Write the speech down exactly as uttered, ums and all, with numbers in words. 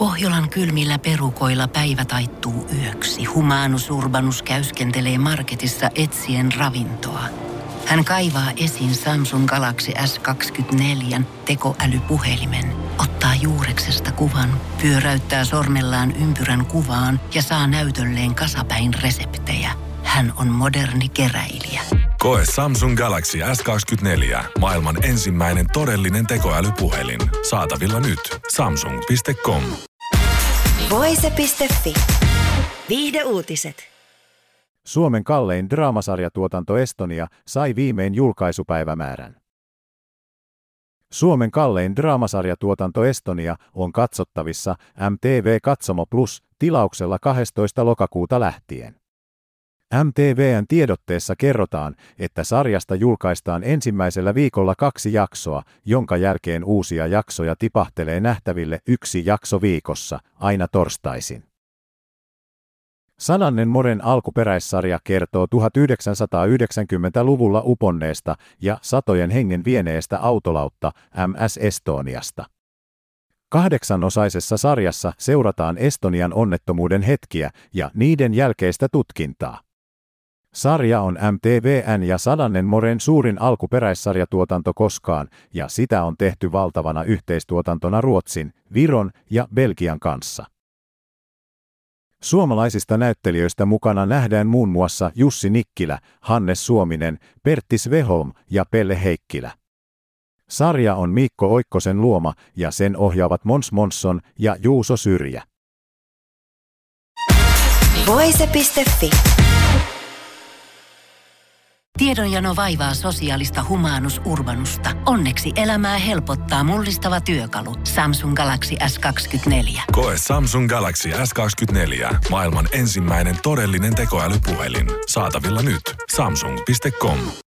Pohjolan kylmillä perukoilla päivä taittuu yöksi. Humanus Urbanus käyskentelee marketissa etsien ravintoa. Hän kaivaa esiin Samsung Galaxy S kaksikymmentäneljä tekoälypuhelimen, ottaa juureksesta kuvan, pyöräyttää sormellaan ympyrän kuvaan ja saa näytölleen kasapäin reseptejä. Hän on moderni keräilijä. Koe Samsung Galaxy S kaksikymmentäneljä, maailman ensimmäinen todellinen tekoälypuhelin. Saatavilla nyt. samsung piste com. Voise piste fi. Viihdeuutiset. Suomen kallein draamasarjatuotanto Estonia sai viimein julkaisupäivämäärän. Suomen kallein draamasarjatuotanto Estonia on katsottavissa M T V Katsomo Plus tilauksella kahdestoista lokakuuta lähtien. M T V:n tiedotteessa kerrotaan, että sarjasta julkaistaan ensimmäisellä viikolla kaksi jaksoa, jonka jälkeen uusia jaksoja tipahtelee nähtäville yksi jakso viikossa, aina torstaisin. Sanannen Moren alkuperäissarja kertoo tuhatyhdeksänsataayhdeksänkymmentäluvulla uponneesta ja satojen hengen vieneestä autolautta M S Estoniasta. Kahdeksanosaisessa sarjassa seurataan Estonian onnettomuuden hetkiä ja niiden jälkeistä tutkintaa. Sarja on M T V:n ja Sanannen Moren suurin alkuperäissarjatuotanto koskaan, ja sitä on tehty valtavana yhteistuotantona Ruotsin, Viron ja Belgian kanssa. Suomalaisista näyttelijöistä mukana nähdään muun muassa Jussi Nikkilä, Hannes Suominen, Pertti Sveholm ja Pelle Heikkilä. Sarja on Mikko Oikkosen luoma ja sen ohjaavat Mons Monsson ja Juuso Syrjä. Voise piste fi. Tiedonjano vaivaa sosiaalista Humanus Urbanusta. Onneksi elämää helpottaa mullistava työkalu. Samsung Galaxy S kaksikymmentäneljä. Koe Samsung Galaxy S kaksikymmentäneljä, maailman ensimmäinen todellinen tekoälypuhelin. Saatavilla nyt. samsung piste com.